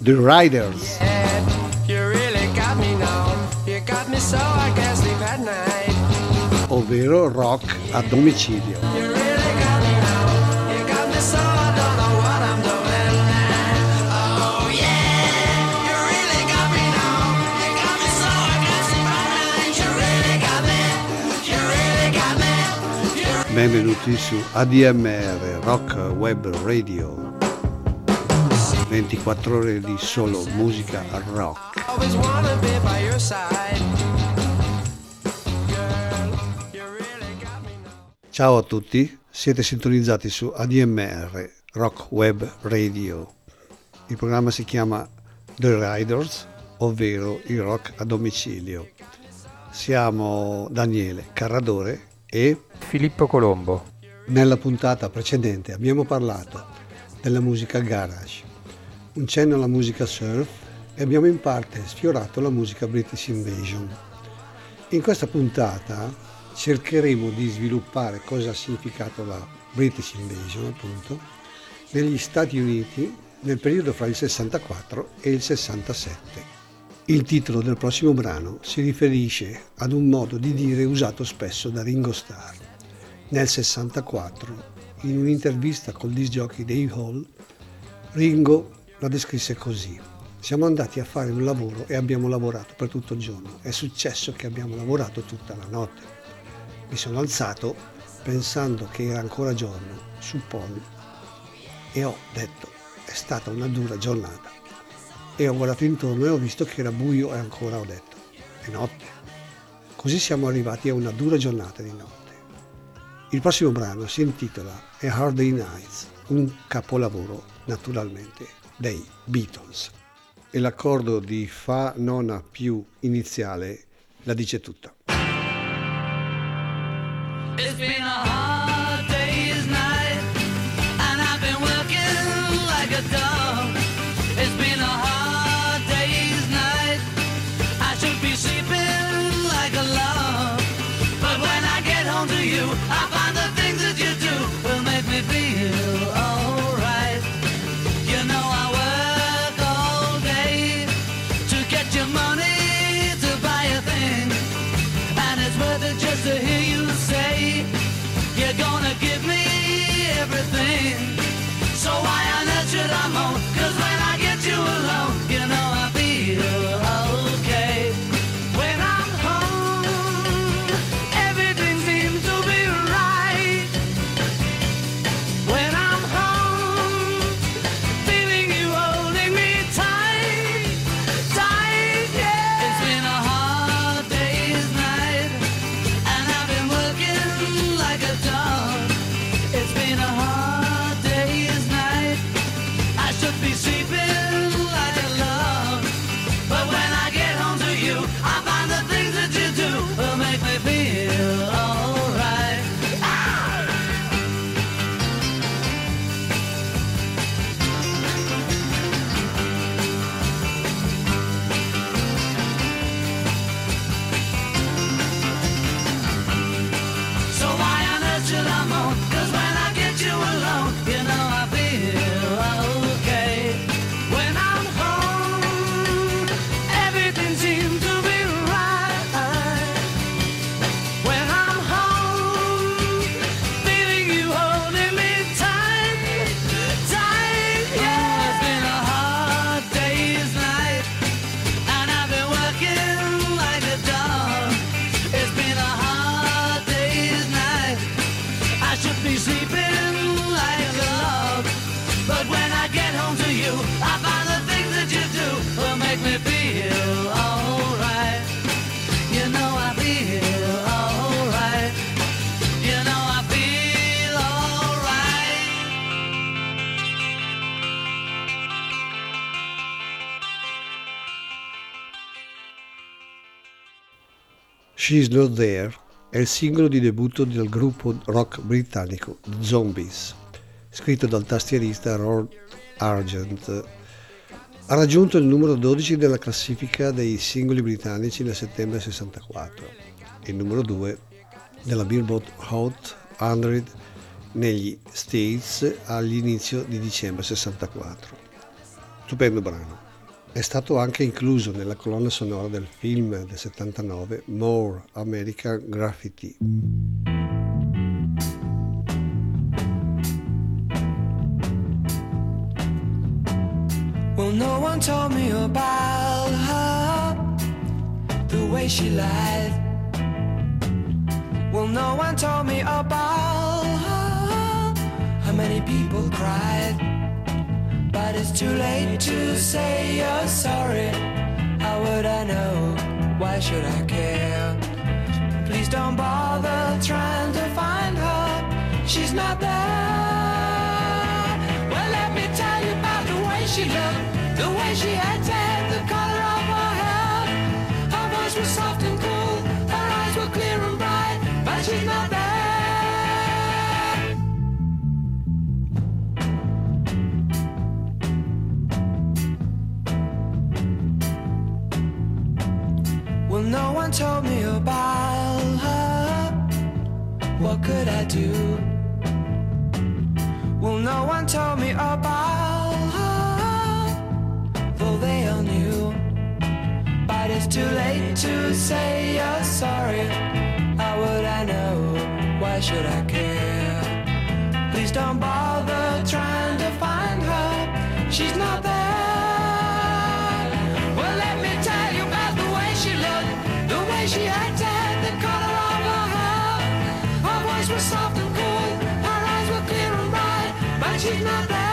The Riders. Ovvero rock a domicilio. Benvenuti su ADMR Rock Web Radio, 24 ore di solo musica rock. Ciao a tutti, siete sintonizzati su ADMR Rock Web Radio. Il programma si chiama The Riders, ovvero il rock a domicilio. Siamo Daniele Carradore e Filippo Colombo. Nella puntata precedente abbiamo parlato della musica garage, un cenno alla musica surf e abbiamo in parte sfiorato la musica British Invasion. In questa puntata cercheremo di sviluppare cosa ha significato la British Invasion, appunto, negli Stati Uniti nel periodo fra il 64 e il 67. Il titolo del prossimo brano si riferisce ad un modo di dire usato spesso da Ringo Starr. Nel 64, in un'intervista col disc jockey Dave Hall, Ringo la descrisse così: siamo andati a fare un lavoro e abbiamo lavorato per tutto il giorno. È successo che abbiamo lavorato tutta la notte. Mi sono alzato pensando che era ancora giorno sul pony e ho detto è stata una dura giornata. E ho guardato intorno e ho visto che era buio e ancora ho detto è notte. Così siamo arrivati a una dura giornata di notte. Il prossimo brano si intitola A Hard Day Nights, un capolavoro naturalmente dei Beatles. E l'accordo di Fa nona più iniziale la dice tutta. It's been a hard day's night and I've been working like a dog. It's been a hard day's night. I should be sleeping like a log. But when I get home to you, I find the things that you do will make me feel alright. You know I work all day to get your money to buy a thing, and it's worth it just to hear you say you're gonna give me everything. So why on earth should I moan? 'Cause when I get you alone, you know I feel okay. When I'm home, everything seems to be right. When I'm home, feeling you holding me tight, tight, yeah. It's been a hard day's night and I've been working like a dog. It's been a hard day's night. I should be sleeping like a log. But when I get home to you, I find the things that you do will make me feel alright. Ah! So why on earth should I moan? 'Cause when I get you alone, you know I feel okay. When I'm home, everything seems to be right. When I'm home, feeling you holding me tight, tight, yeah. It's been a hard day's night and I've been working like a dog. It's been a hard day's night. I should be sleeping like a log. But when I get home to you, I find the things that you do will make me feel alright. You know I feel alright. You know I feel alright. She's Not There è il singolo di debutto del gruppo rock britannico The Zombies, scritto dal tastierista Ron Argent. Ha raggiunto il numero 12 della classifica dei singoli britannici nel settembre 64 e il numero 2 della Billboard Hot 100 negli States all'inizio di dicembre 64. Stupendo brano. È stato anche incluso nella colonna sonora del film del 79 More American Graffiti. Well, no one told me about her, the way she lied. Well, no one told me about her, how many people cried. But it's too late to say you're sorry. How would I know? Why should I care? Please don't bother trying to find her. She's not there. Well, let me tell you about the way she looked, the way she acted, the color of her hair. Her voice was soft and cool, her eyes were clear and bright, but she's not there. Well, no one told me about her. What could I do? Well, no one told me about her, though they all knew. But it's too late to say you're sorry. How would I know? Why should I care? Please don't bother trying to find her. She's not there. Well, let me tell you about the way she looked, the way she acted, the color of her hair. Her voice was soft and cool, her eyes were clear and bright, but she's not there.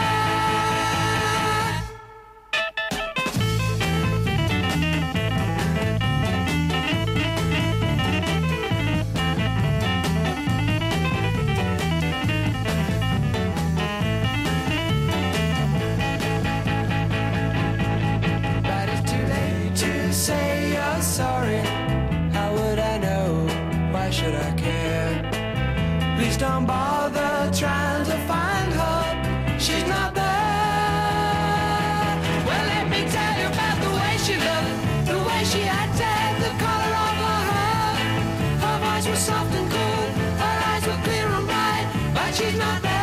But it's too late to say you're sorry. How would I know? Why should I care? Please don't bother trying to find her. She's not there. Well, let me tell you about the way she looked, the way she acted, the color of her hair. Her voice was soft and cool, her eyes were clear and bright, but she's not there.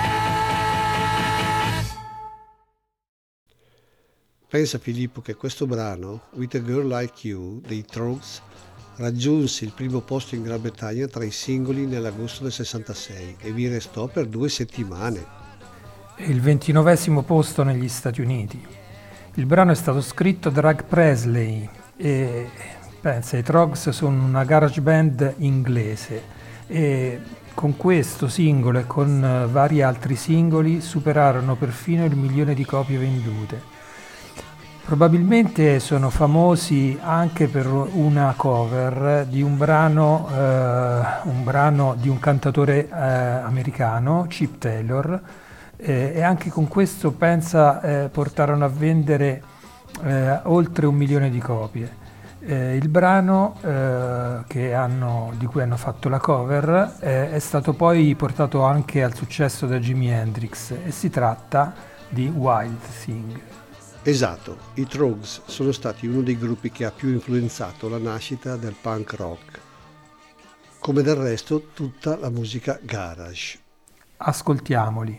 Pensa Filippo che questo brano, With a Girl Like You, dei Troggs, raggiunse il primo posto in Gran Bretagna tra i singoli nell'agosto del 66 e vi restò per 2 settimane. E il 29° posto negli Stati Uniti. Il brano è stato scritto da Doug Presley e pensa, i Troggs sono una garage band inglese e con questo singolo e con vari altri singoli superarono perfino il 1 milione di copie vendute. Probabilmente sono famosi anche per una cover di un brano di un cantatore americano, Chip Taylor, e anche con questo pensa portarono a vendere oltre 1 milione di copie. Il brano di cui hanno fatto la cover è stato poi portato anche al successo da Jimi Hendrix e si tratta di Wild Thing. Esatto, i Troggs sono stati uno dei gruppi che ha più influenzato la nascita del punk rock, come del resto tutta la musica garage. Ascoltiamoli.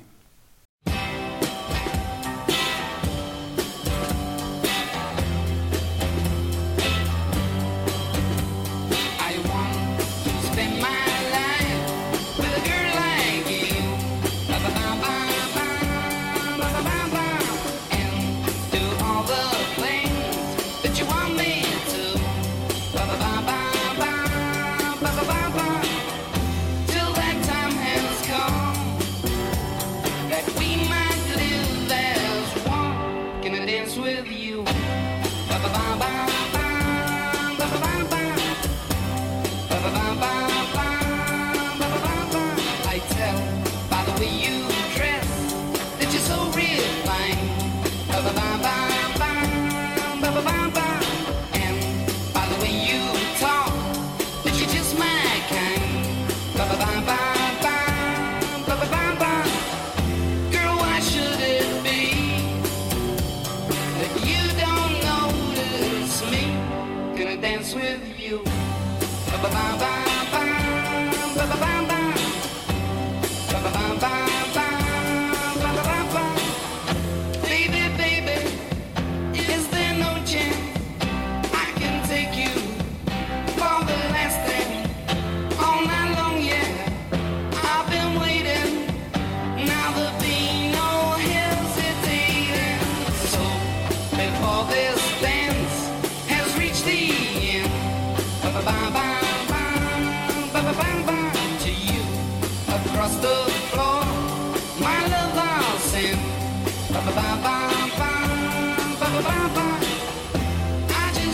Till that time has Baby, baby, is there no chance?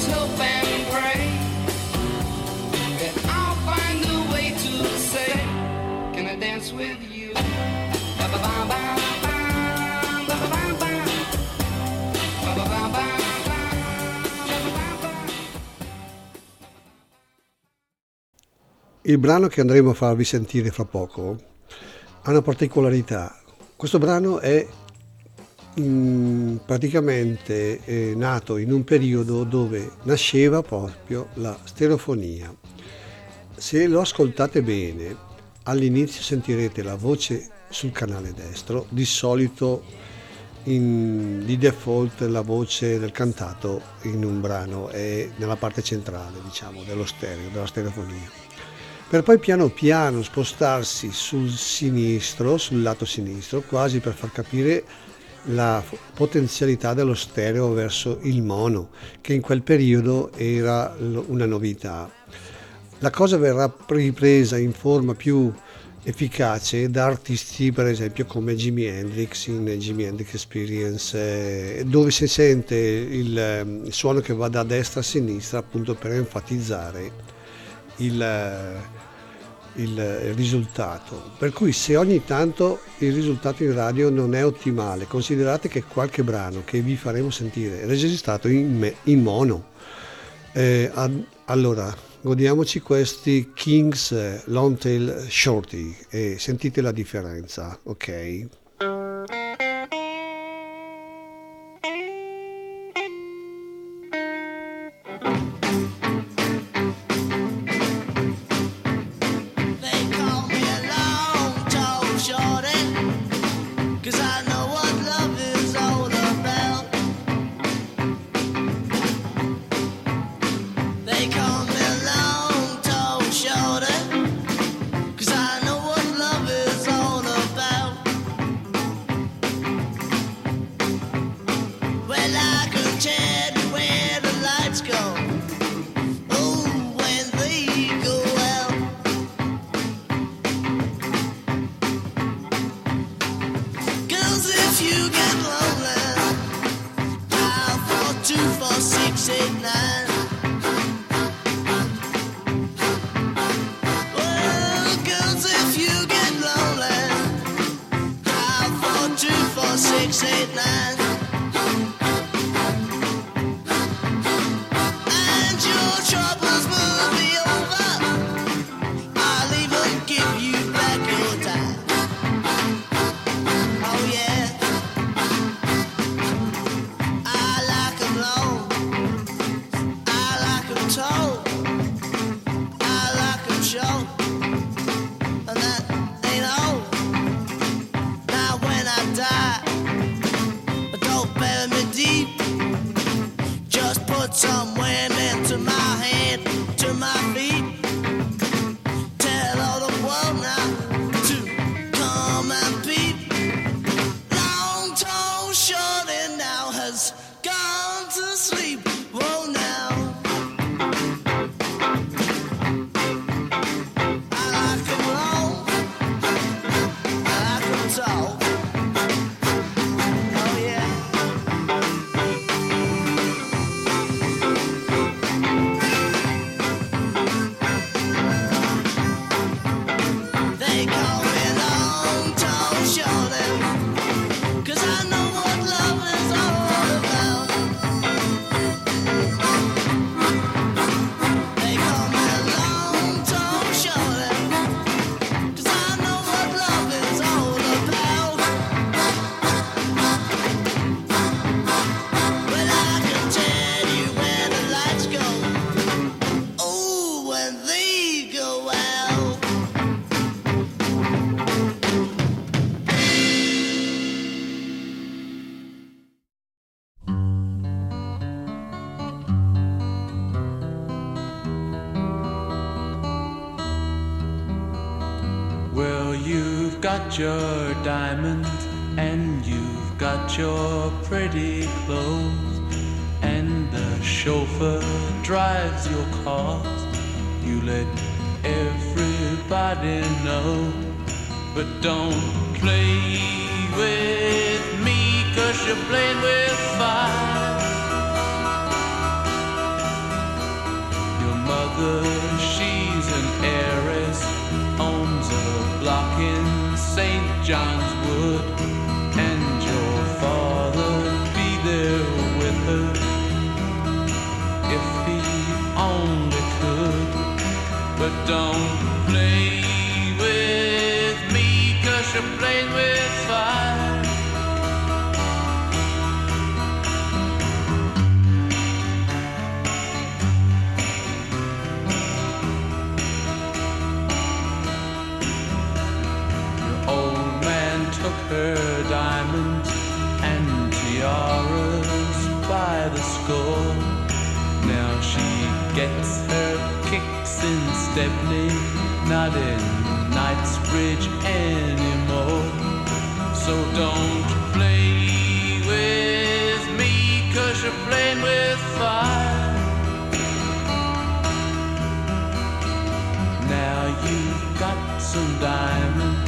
just hope and pray that I'll find a way to say, can I dance with you? Ba-ba-ba-ba. Il brano che andremo a farvi sentire fra poco ha una particolarità. Questo brano è praticamente nato in un periodo dove nasceva proprio la stereofonia. Se lo ascoltate bene, all'inizio sentirete la voce sul canale destro, di solito di default la voce del cantato in un brano è nella parte centrale, diciamo, dello stereo, della stereofonia, per poi piano piano spostarsi sul sinistro, sul lato sinistro, quasi per far capire la potenzialità dello stereo verso il mono, che in quel periodo era una novità. La cosa verrà ripresa in forma più efficace da artisti per esempio come Jimi Hendrix in Jimi Hendrix Experience, dove si sente il suono che va da destra a sinistra appunto per enfatizzare il risultato. Per cui se ogni tanto il risultato in radio non è ottimale, considerate che qualche brano che vi faremo sentire è registrato in mono. Allora godiamoci questi Kings Long Tail Shorty e sentite la differenza, ok? Got your diamonds and you've got your pretty clothes, and the chauffeur drives your cars. You let everybody know, but don't play with me, 'cause you're playing with fire. mother, she's an heiress, owns a block in St. John's Wood, and your father be there with her if he only could. But don't play with me, 'cause you're playing with fire. Her diamonds and tiaras by the score. Now she gets her kicks in Stepney, not in Knightsbridge anymore. So don't play with me, 'cause you're playing with fire. Now you've got some diamonds,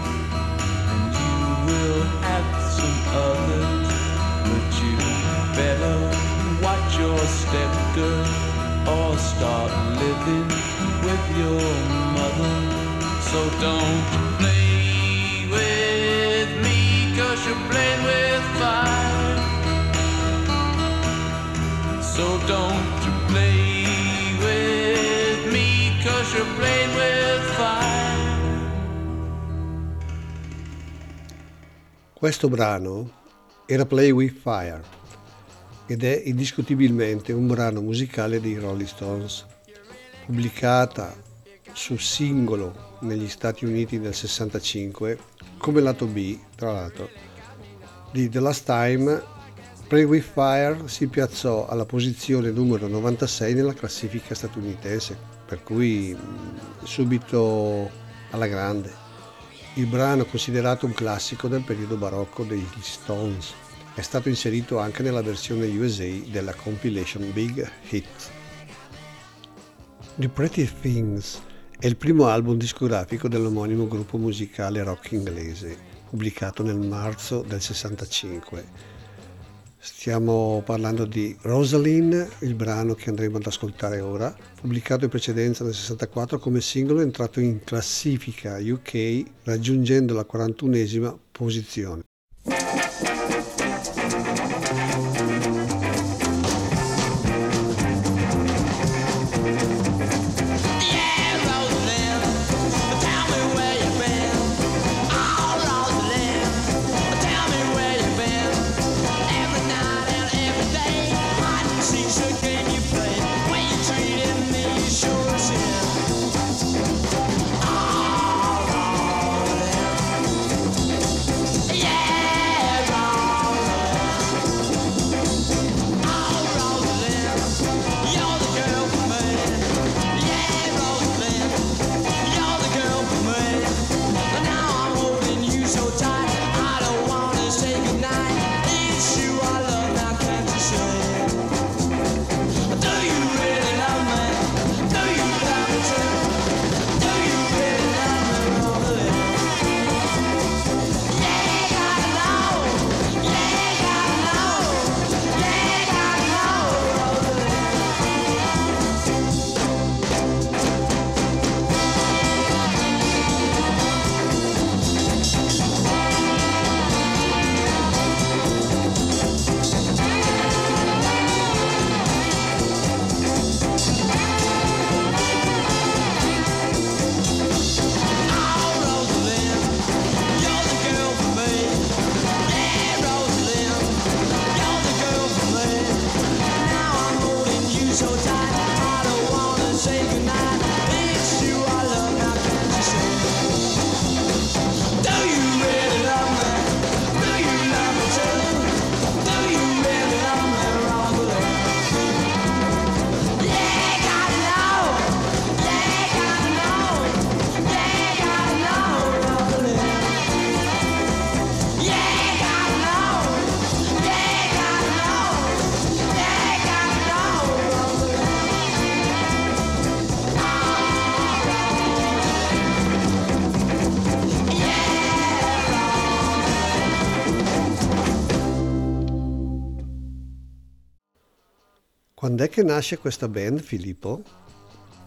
we'll have some others, but you better watch your step, girl, or start living with your mother. So don't play with me, 'cause you're playing with fire. So don't play with me, 'cause you're playing with fire. Questo brano era Play With Fire ed è indiscutibilmente un brano musicale dei Rolling Stones, pubblicata su singolo negli Stati Uniti nel 65 come lato B, tra l'altro, di The Last Time. Play With Fire si piazzò alla posizione numero 96 nella classifica statunitense, per cui subito alla grande. Il brano, considerato un classico del periodo barocco degli Stones, è stato inserito anche nella versione USA della compilation Big Hit. The Pretty Things è il primo album discografico dell'omonimo gruppo musicale rock inglese, pubblicato nel marzo del 65. Stiamo parlando di Rosaline, il brano che andremo ad ascoltare ora, pubblicato in precedenza nel 64 come singolo, è entrato in classifica UK raggiungendo la 41esima posizione. Quando è che nasce questa band, Filippo?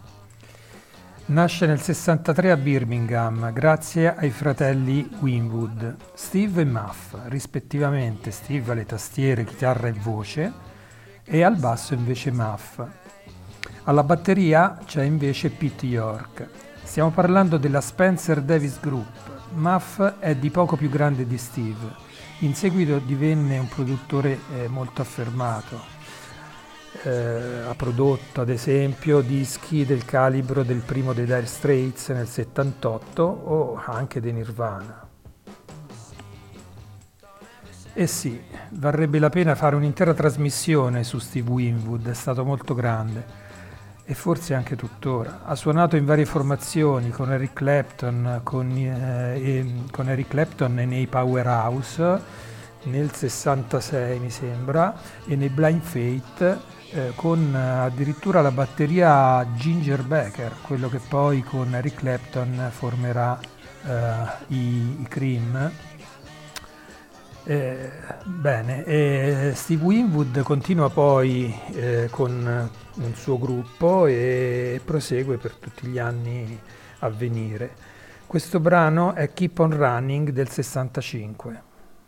Nasce nel 63 a Birmingham grazie ai fratelli Winwood, Steve e Muff, rispettivamente Steve alle tastiere, chitarra e voce e al basso invece Muff. Alla batteria c'è invece Pete York. Stiamo parlando della Spencer Davis Group. Muff è di poco più grande di Steve. In seguito divenne un produttore molto affermato. Ha prodotto ad esempio dischi del calibro del primo dei Dire Straits nel 78 o anche dei Nirvana. E sì, varrebbe la pena fare un'intera trasmissione su Steve Winwood, è stato molto grande e forse anche tuttora. Ha suonato in varie formazioni con Eric Clapton, con Eric Clapton e nei Powerhouse nel 66 mi sembra, e nei Blind Faith, con addirittura la batteria Ginger Baker, quello che poi con Eric Clapton formerà i Cream. Steve Winwood continua poi con il suo gruppo e prosegue per tutti gli anni a venire. Questo brano è Keep on Running del 65.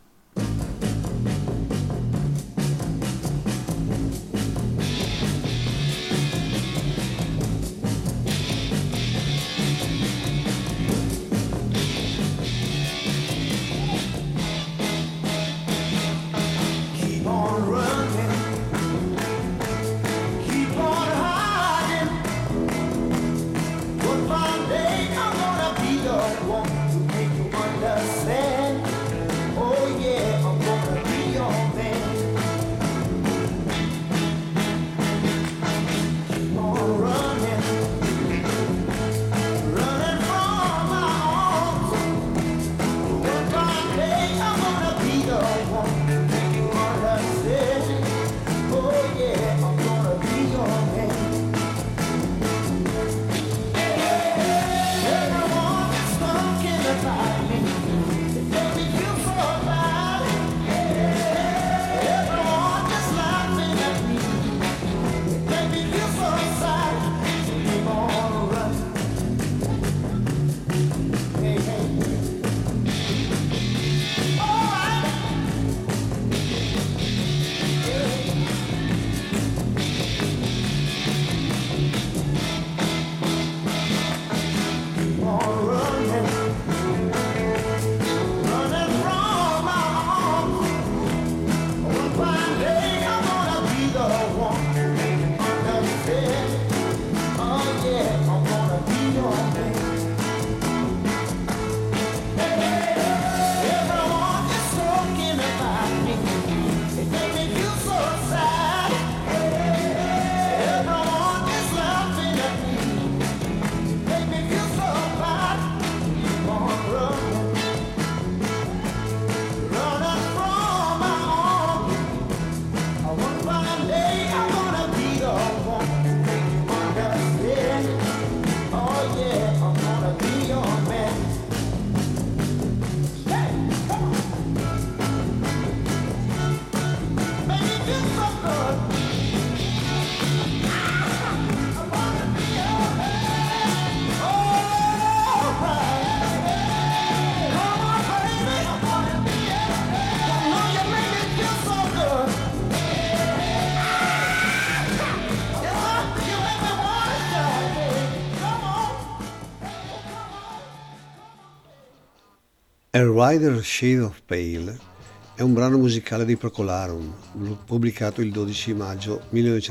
A Rider Shade of Pale è un brano musicale di Procolarum, pubblicato il 12 maggio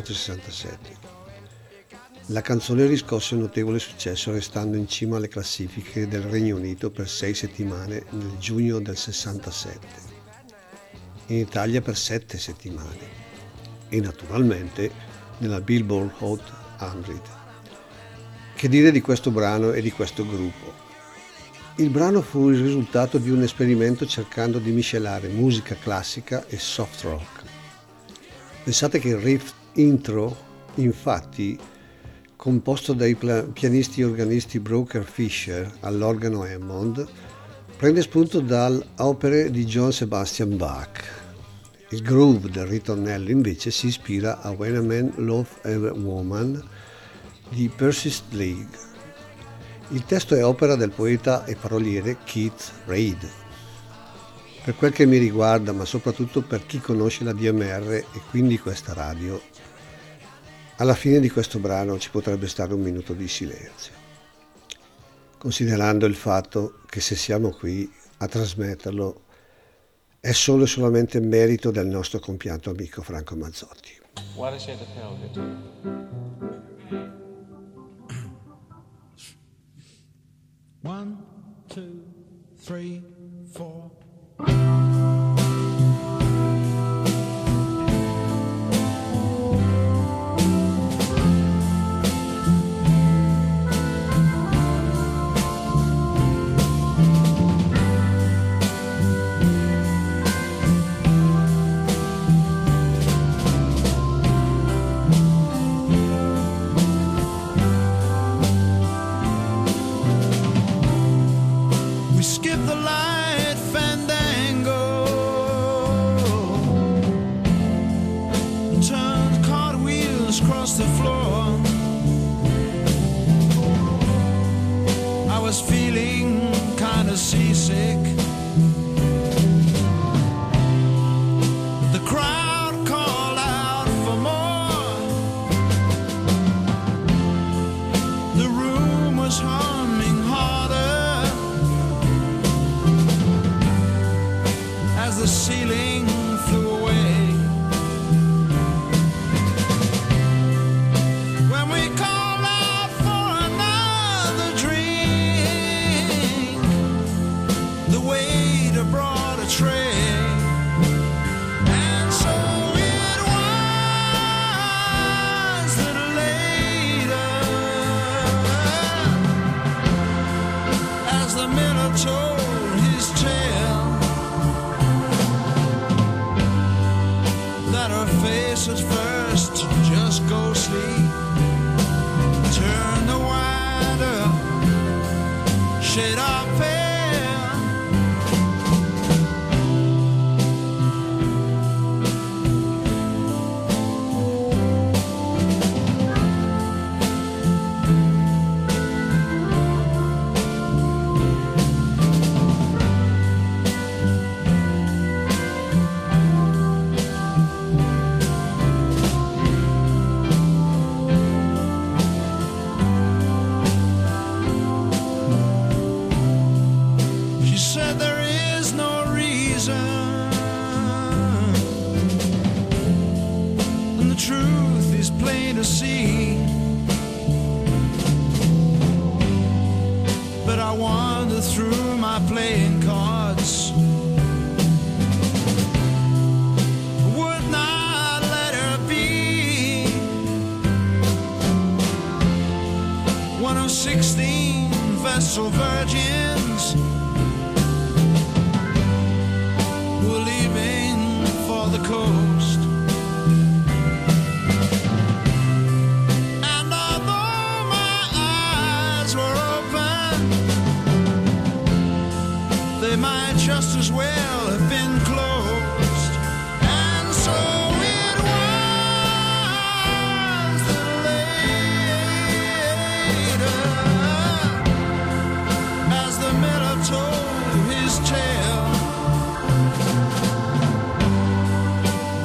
1967. La canzone riscosse un notevole successo restando in cima alle classifiche del Regno Unito per 6 settimane nel giugno del 67, in Italia per 7 settimane e naturalmente nella Billboard Hot 100. Che dire di questo brano e di questo gruppo? Il brano fu il risultato di un esperimento cercando di miscelare musica classica e soft rock. Pensate che il riff intro, infatti, composto dai pianisti e organisti Brooker Fisher all'organo Hammond, prende spunto dalle opere di Johann Sebastian Bach. Il groove del ritornello invece si ispira a When a Man Loves a Woman di Percy Slegg. Il testo è opera del poeta e paroliere Keith Reid. Per quel che mi riguarda, ma soprattutto per chi conosce la DMR e quindi questa radio, alla fine di questo brano ci potrebbe stare un minuto di silenzio, considerando il fatto che se siamo qui a trasmetterlo è solo e solamente merito del nostro compianto amico Franco Mazzotti. Watershed of Hell. 1, 2, 3, 4. Seasick. The crowd called out for more. The room was humming harder as the ceiling flew away. When we called out for another drink, the waiter brought a tray, and so it was that later, as the miller told his tale, that her face at first just ghostly turned the wider shade of pale. Vessel virgins were leaving for the coast, and although my eyes were open, they might just as well have been closed. And so it was that later, as the miller told his tale,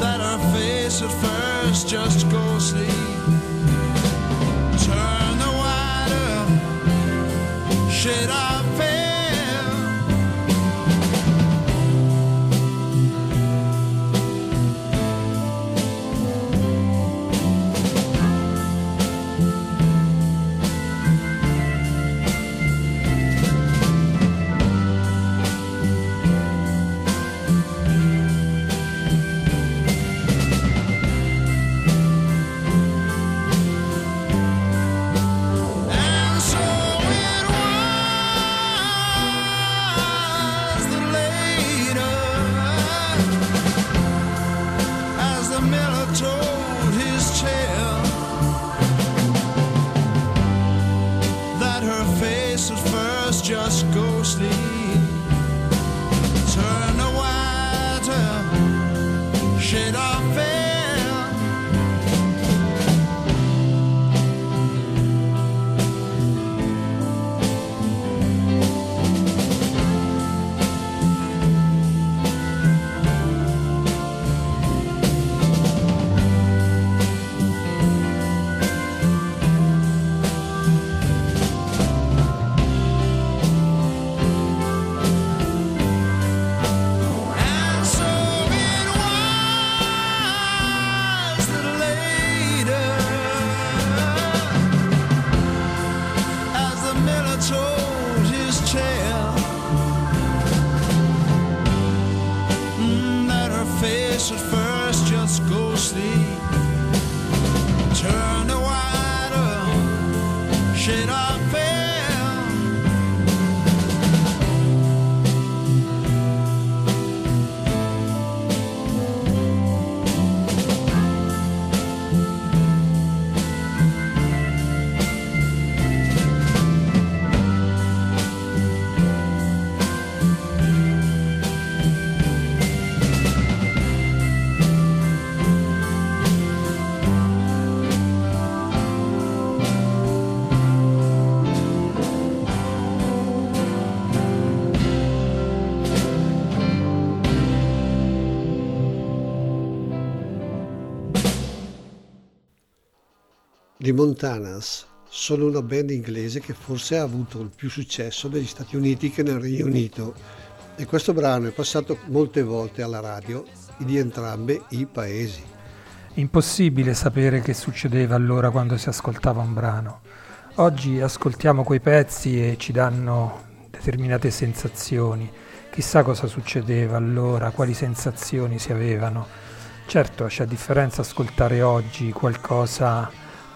The Montanas sono una band inglese che forse ha avuto il più successo negli Stati Uniti che nel Regno Unito, e questo brano è passato molte volte alla radio di entrambi i paesi. Impossibile sapere che succedeva allora quando si ascoltava un brano. Oggi ascoltiamo quei pezzi e ci danno determinate sensazioni. Chissà cosa succedeva allora, quali sensazioni si avevano. Certo, c'è differenza ascoltare oggi qualcosa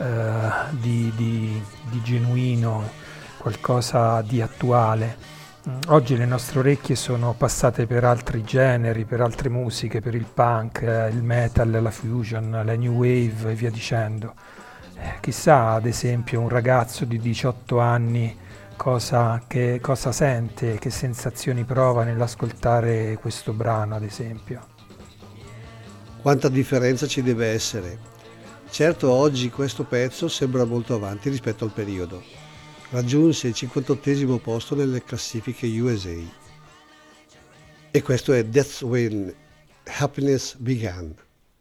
di genuino, qualcosa di attuale. Oggi le nostre orecchie sono passate per altri generi, per altre musiche, per il punk, il metal, la fusion, la new wave e via dicendo. Chissà, ad esempio, un ragazzo di 18 anni cosa sente, che sensazioni prova nell'ascoltare questo brano, ad esempio. Quanta differenza ci deve essere. Certo, oggi questo pezzo sembra molto avanti rispetto al periodo. Raggiunse il 58° posto nelle classifiche USA. E questo è That's When Happiness Began.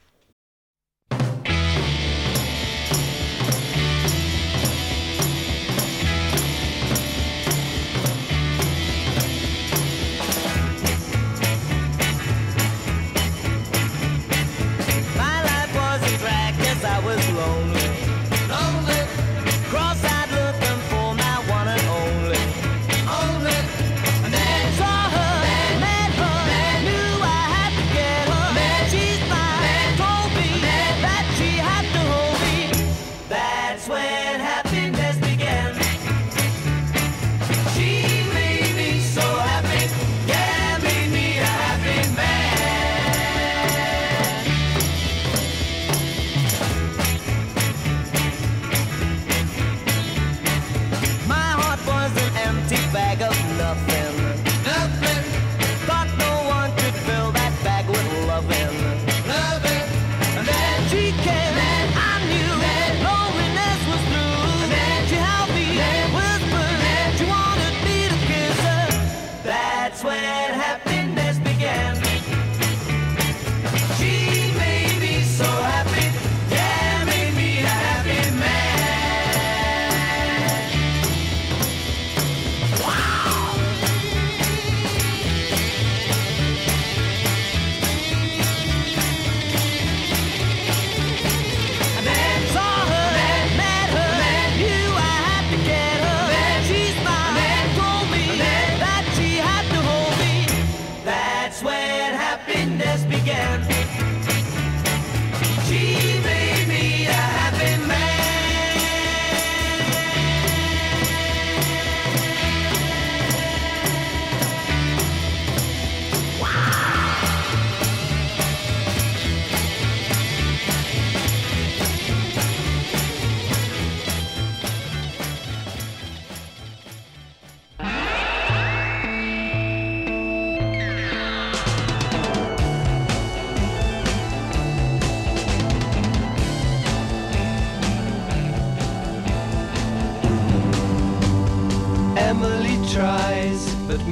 Emily tries but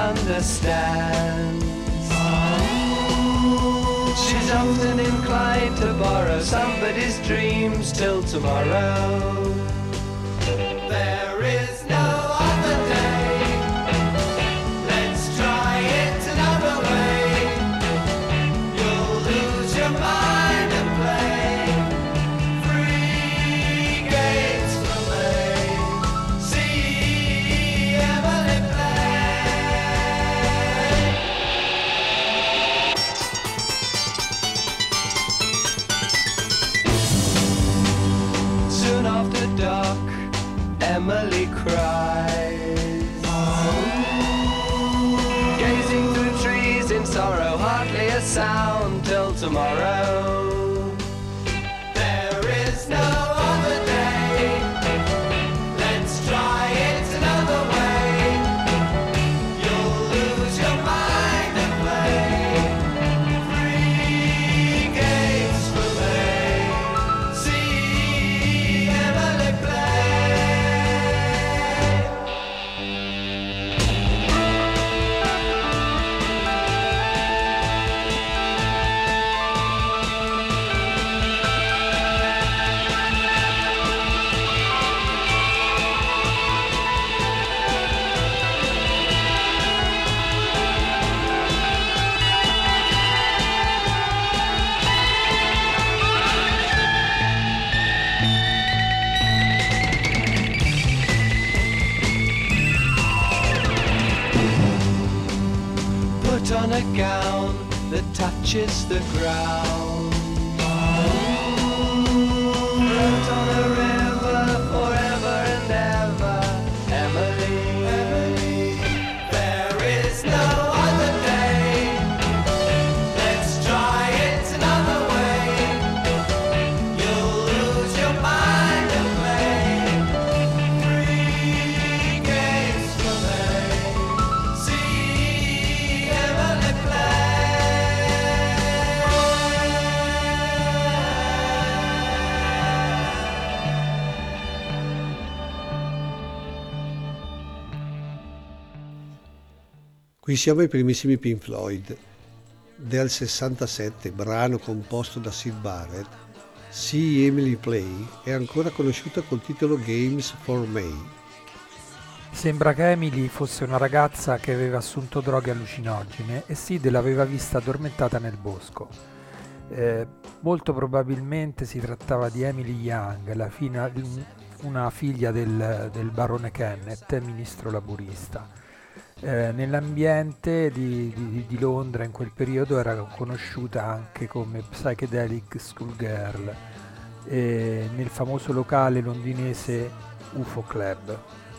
misunderstands. She's often inclined to borrow somebody's dreams till tomorrow. There is no other day. Let's try it another way. You'll lose your mind and play free games for me. See Emily play. Soon after dark, Emily cries, gazing through trees in sorrow, hardly a sound till tomorrow. There is no other day. Let's try it another way. You'll lose your mind and play free games for me. See Emily play. a gown that touches the ground. Float on a river forever and ever, Emily. There is no other day. Let's try it another way. You'll lose your mind and play. Three games to play. See Emily Qui siamo ai primissimi Pink Floyd. Del 67, brano composto da Syd Barrett, See Emily Play è ancora conosciuta col titolo Games for May. Sembra che Emily fosse una ragazza che aveva assunto droghe allucinogene e Sid l'aveva vista addormentata nel bosco. Molto probabilmente si trattava di Emily Young, una figlia del barone Kenneth, ministro laburista. Nell'ambiente di Londra in quel periodo era conosciuta anche come Psychedelic Schoolgirl nel famoso locale londinese UFO Club.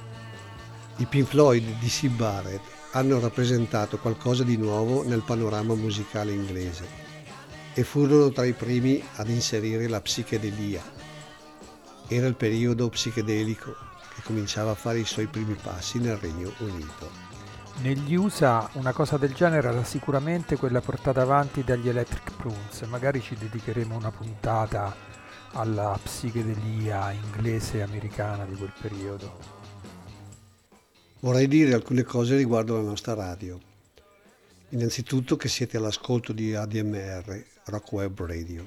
I Pink Floyd di Syd Barrett hanno rappresentato qualcosa di nuovo nel panorama musicale inglese e furono tra i primi ad inserire la psichedelia. Era il periodo psichedelico che cominciava a fare i suoi primi passi nel Regno Unito. Negli USA una cosa del genere era sicuramente quella portata avanti dagli Electric Prunes. Magari ci dedicheremo una puntata alla psichedelia inglese e americana di quel periodo. Vorrei dire alcune cose riguardo la nostra radio. Innanzitutto che siete all'ascolto di ADMR, Rock Web Radio.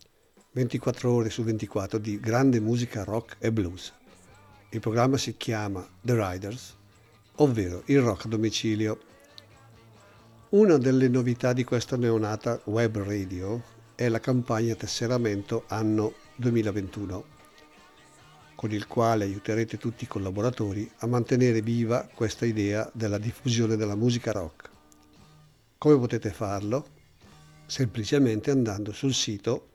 24 ore su 24 di grande musica rock e blues. Il programma si chiama The Riders, ovvero il rock a domicilio. Una delle novità di questa neonata web radio è la campagna tesseramento anno 2021, con il quale aiuterete tutti i collaboratori a mantenere viva questa idea della diffusione della musica rock. Come potete farlo? Semplicemente andando sul sito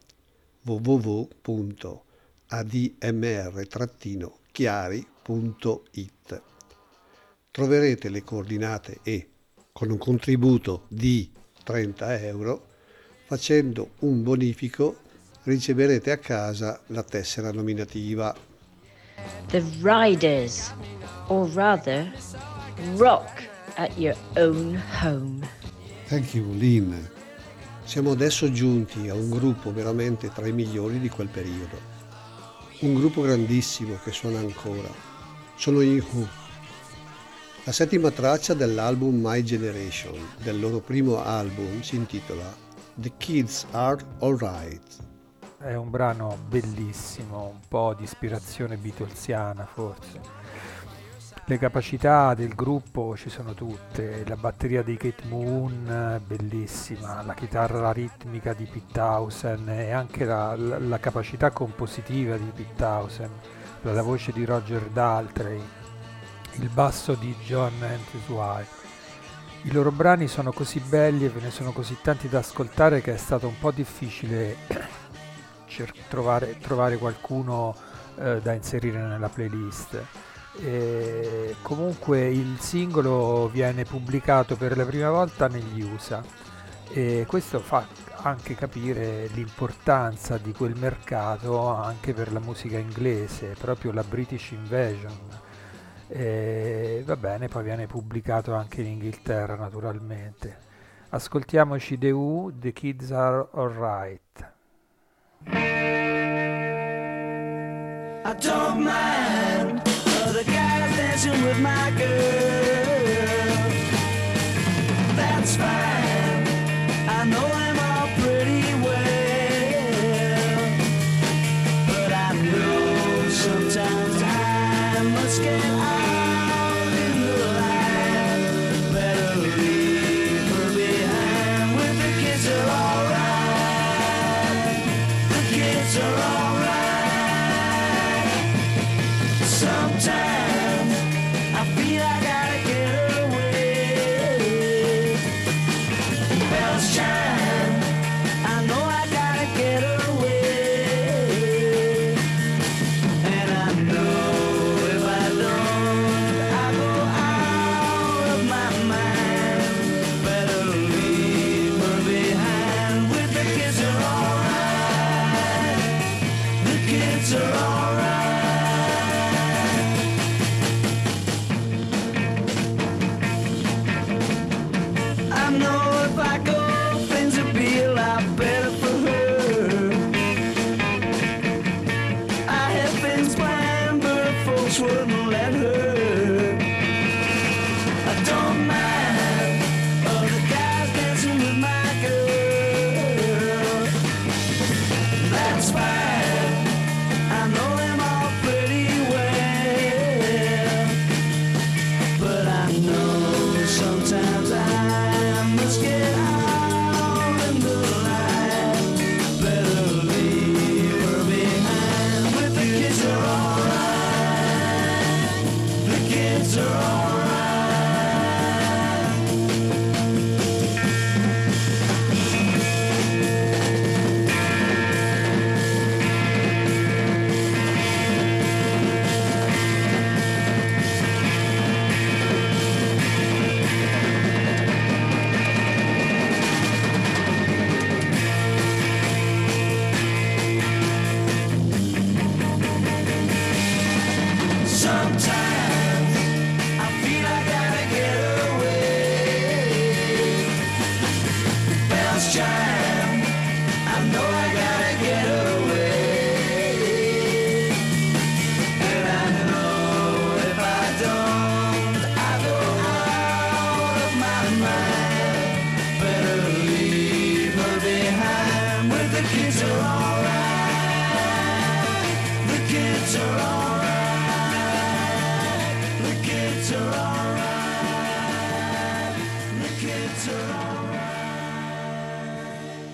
www.admr-chiari.it. Troverete le coordinate e, con un contributo di 30 euro, facendo un bonifico, riceverete a casa la tessera nominativa. The Riders, or rather, rock at your own home. Thank you, Lynn. Siamo adesso giunti a un gruppo veramente tra i migliori di quel periodo. Un gruppo grandissimo che suona ancora. Sono gli Who. La settima traccia dell'album My Generation, del loro primo album, si intitola The Kids Are Alright. È un brano bellissimo, un po' di ispirazione beatlesiana forse. Le capacità del gruppo ci sono tutte, la batteria di Keith Moon bellissima, la chitarra ritmica di Pete Townshend e anche la capacità compositiva di Pete Townshend, la voce di Roger Daltrey, il basso di John Entwistle. I loro brani sono così belli e ve ne sono così tanti da ascoltare che è stato un po' difficile trovare qualcuno da inserire nella playlist. E comunque il singolo viene pubblicato per la prima volta negli USA e questo fa anche capire l'importanza di quel mercato anche per la musica inglese, proprio la British Invasion. E va bene, poi viene pubblicato anche in Inghilterra naturalmente. Ascoltiamoci The Who, The Kids Are Alright. I don't mind the guys dancing with my girl. That's fine, I know them all pretty well. But I know sometimes I must get out in the line. Better leave her behind when the kids are alright. The kids are alright. Sometimes I feel like I just wouldn't let her. I don't mind all the guys dancing with my girl. That's fine, I know them all pretty well. But I know sometimes I must get out in the line. Better leave her behind. With the kids are alright. The kids are alright. Sometimes I feel I gotta get away. Bells chime, I know I gotta get away. And I know if I don't, I go out of my mind. Better leave her behind. With the kids are alright. The kids are alright. The kids are alright. The kids are alright.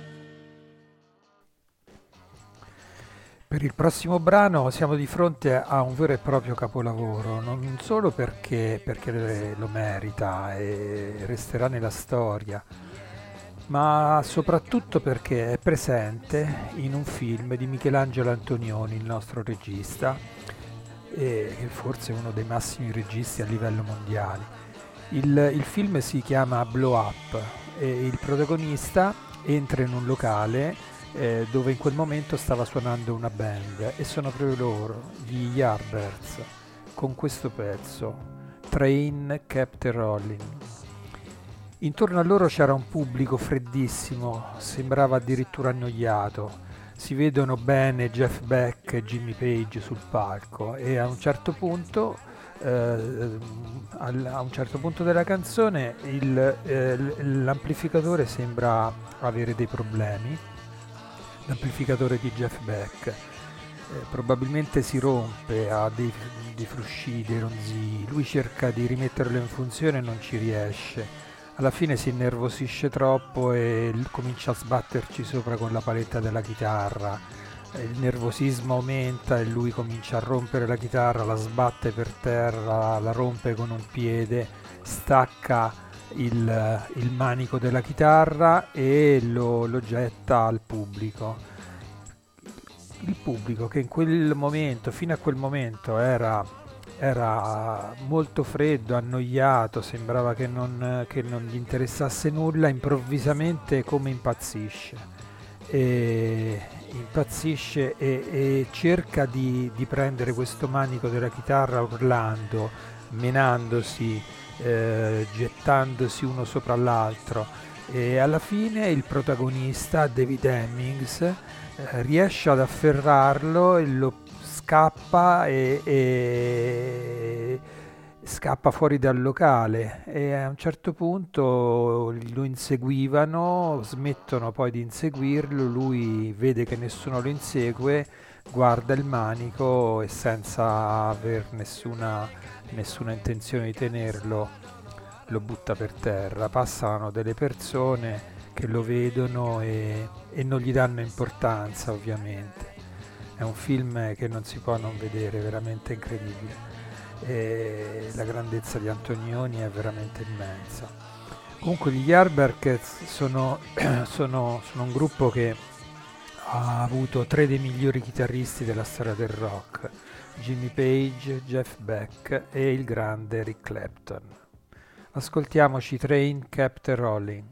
Per il prossimo brano siamo di fronte a un vero e proprio capolavoro, non solo perché lo merita e resterà nella storia, ma soprattutto perché è presente in un film di Michelangelo Antonioni, il nostro regista, e forse uno dei massimi registi a livello mondiale. Il film si chiama Blow Up e il protagonista entra in un locale dove in quel momento stava suonando una band, e sono proprio loro, gli Yardbirds, con questo pezzo, Train Kept Rolling. Intorno a loro c'era un pubblico freddissimo, sembrava addirittura annoiato. Si vedono bene Jeff Beck e Jimmy Page sul palco, e a un certo punto della canzone l'amplificatore sembra avere dei problemi, l'amplificatore di Jeff Beck. Probabilmente si rompe, ha dei frusci, dei ronzii. Lui cerca di rimetterlo in funzione e non ci riesce. Alla fine si innervosisce troppo e comincia a sbatterci sopra con la paletta della chitarra. Il nervosismo aumenta e lui comincia a rompere la chitarra, la sbatte per terra, la rompe con un piede, stacca il manico della chitarra e lo getta al pubblico. Il pubblico, che in quel momento, fino a quel momento, era molto freddo, annoiato, sembrava che non gli interessasse nulla, improvvisamente come impazzisce e cerca di prendere questo manico della chitarra urlando, menandosi, gettandosi uno sopra l'altro, e alla fine il protagonista, David Hemmings, riesce ad afferrarlo e lo scappa e scappa fuori dal locale, e a un certo punto lo inseguivano, smettono poi di inseguirlo, lui vede che nessuno lo insegue, guarda il manico e senza aver nessuna intenzione di tenerlo lo butta per terra. Passano delle persone che lo vedono e non gli danno importanza, ovviamente. È un film che non si può non vedere, veramente incredibile. E la grandezza di Antonioni è veramente immensa. Comunque gli Yardbirds sono un gruppo che ha avuto 3 dei migliori chitarristi della storia del rock: Jimmy Page, Jeff Beck e il grande Eric Clapton. Ascoltiamoci Train Kept Rolling.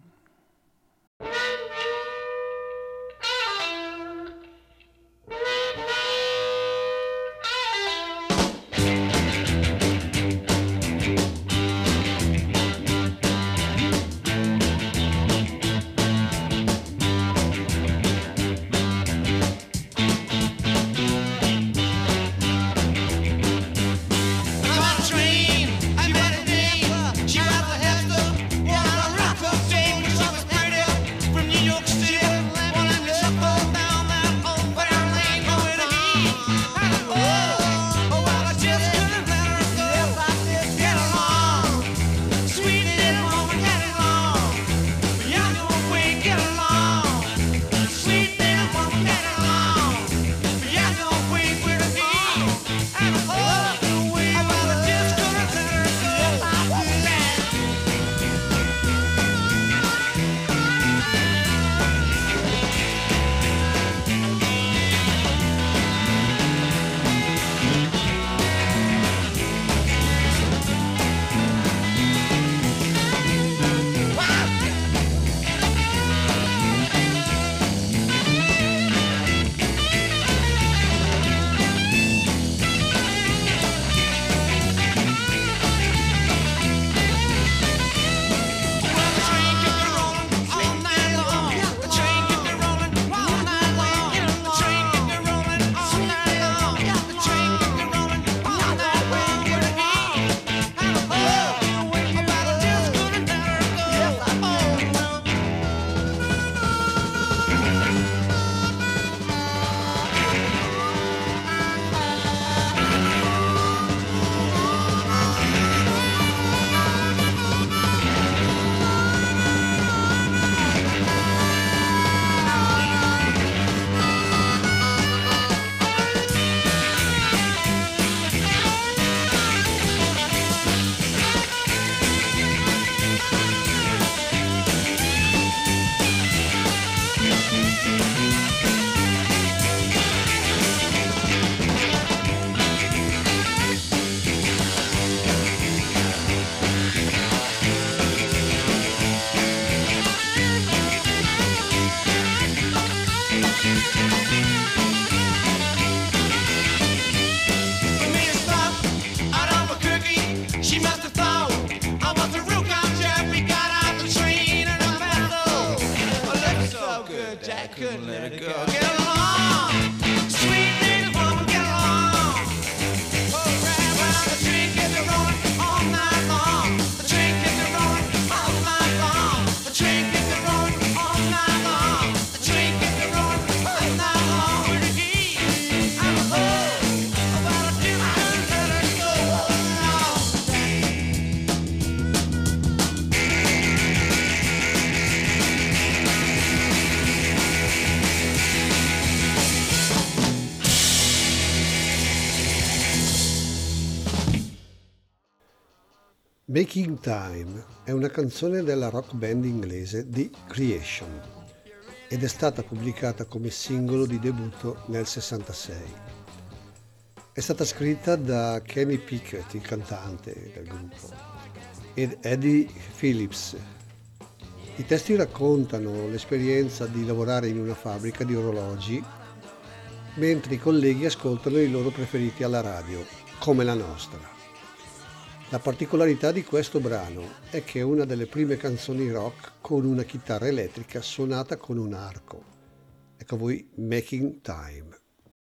Making Time è una canzone della rock band inglese The Creation ed è stata pubblicata come singolo di debutto nel 66. È stata scritta da Kenny Pickett, il cantante del gruppo, ed Eddie Phillips. I testi raccontano l'esperienza di lavorare in una fabbrica di orologi mentre i colleghi ascoltano i loro preferiti alla radio, come la nostra. La particolarità di questo brano è che è una delle prime canzoni rock con una chitarra elettrica suonata con un arco. Ecco a voi Making Time.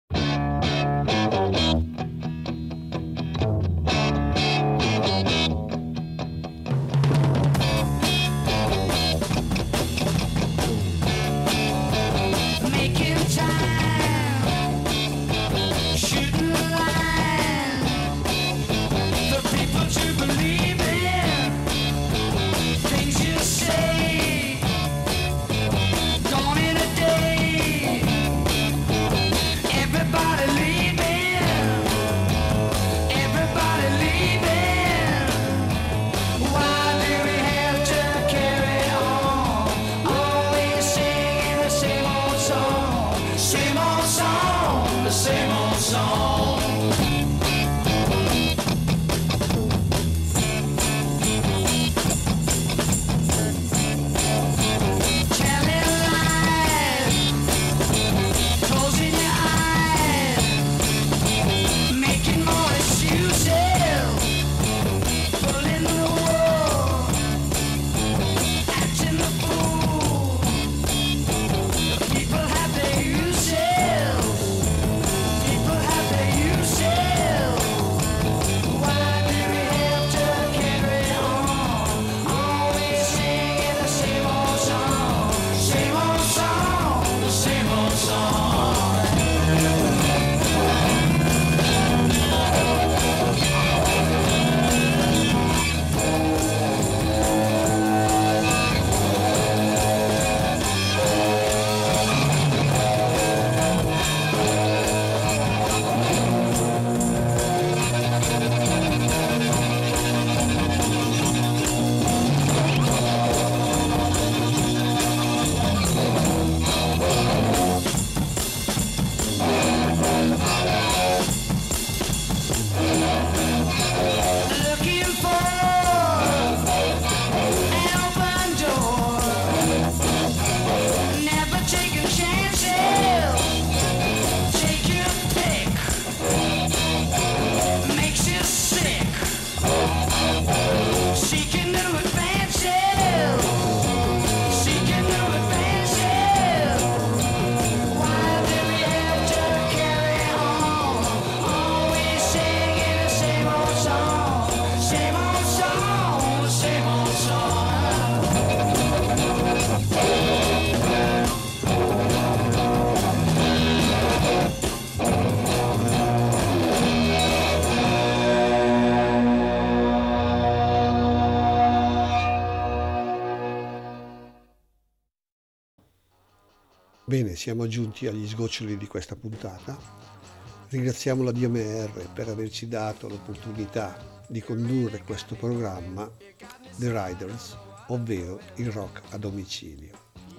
Bene, siamo giunti agli sgoccioli di questa puntata. Ringraziamo la DMR per averci dato l'opportunità di condurre questo programma The Riders, ovvero il rock a domicilio.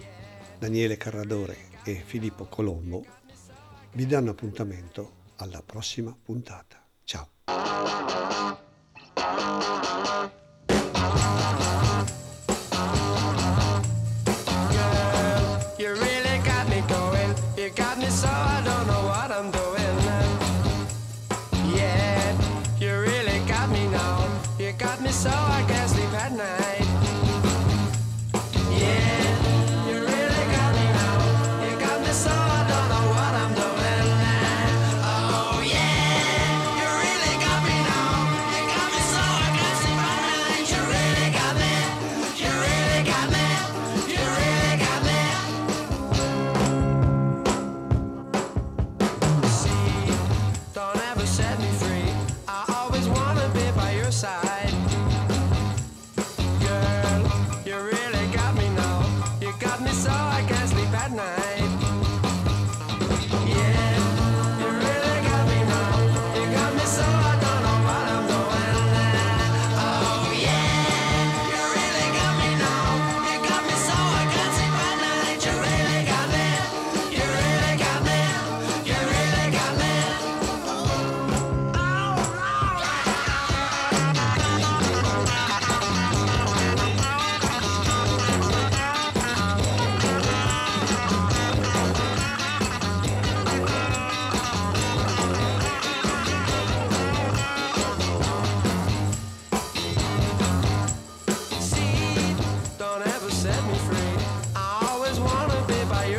Daniele Carradore e Filippo Colombo vi danno appuntamento alla prossima puntata. Ciao! You really got me going. You got me so I don't know what I'm doing. Yeah, you really got me now. You got me so I can't sleep at night. Yeah, you really got me now. You got me so I don't know what I'm doing. Oh yeah, you really got me now. You got me so I can't sleep at night. You really got me.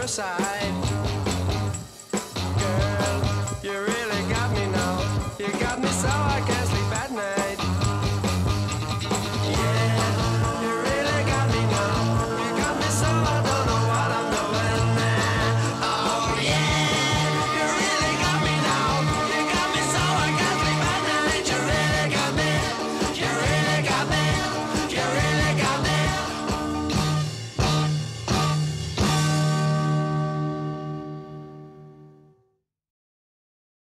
side.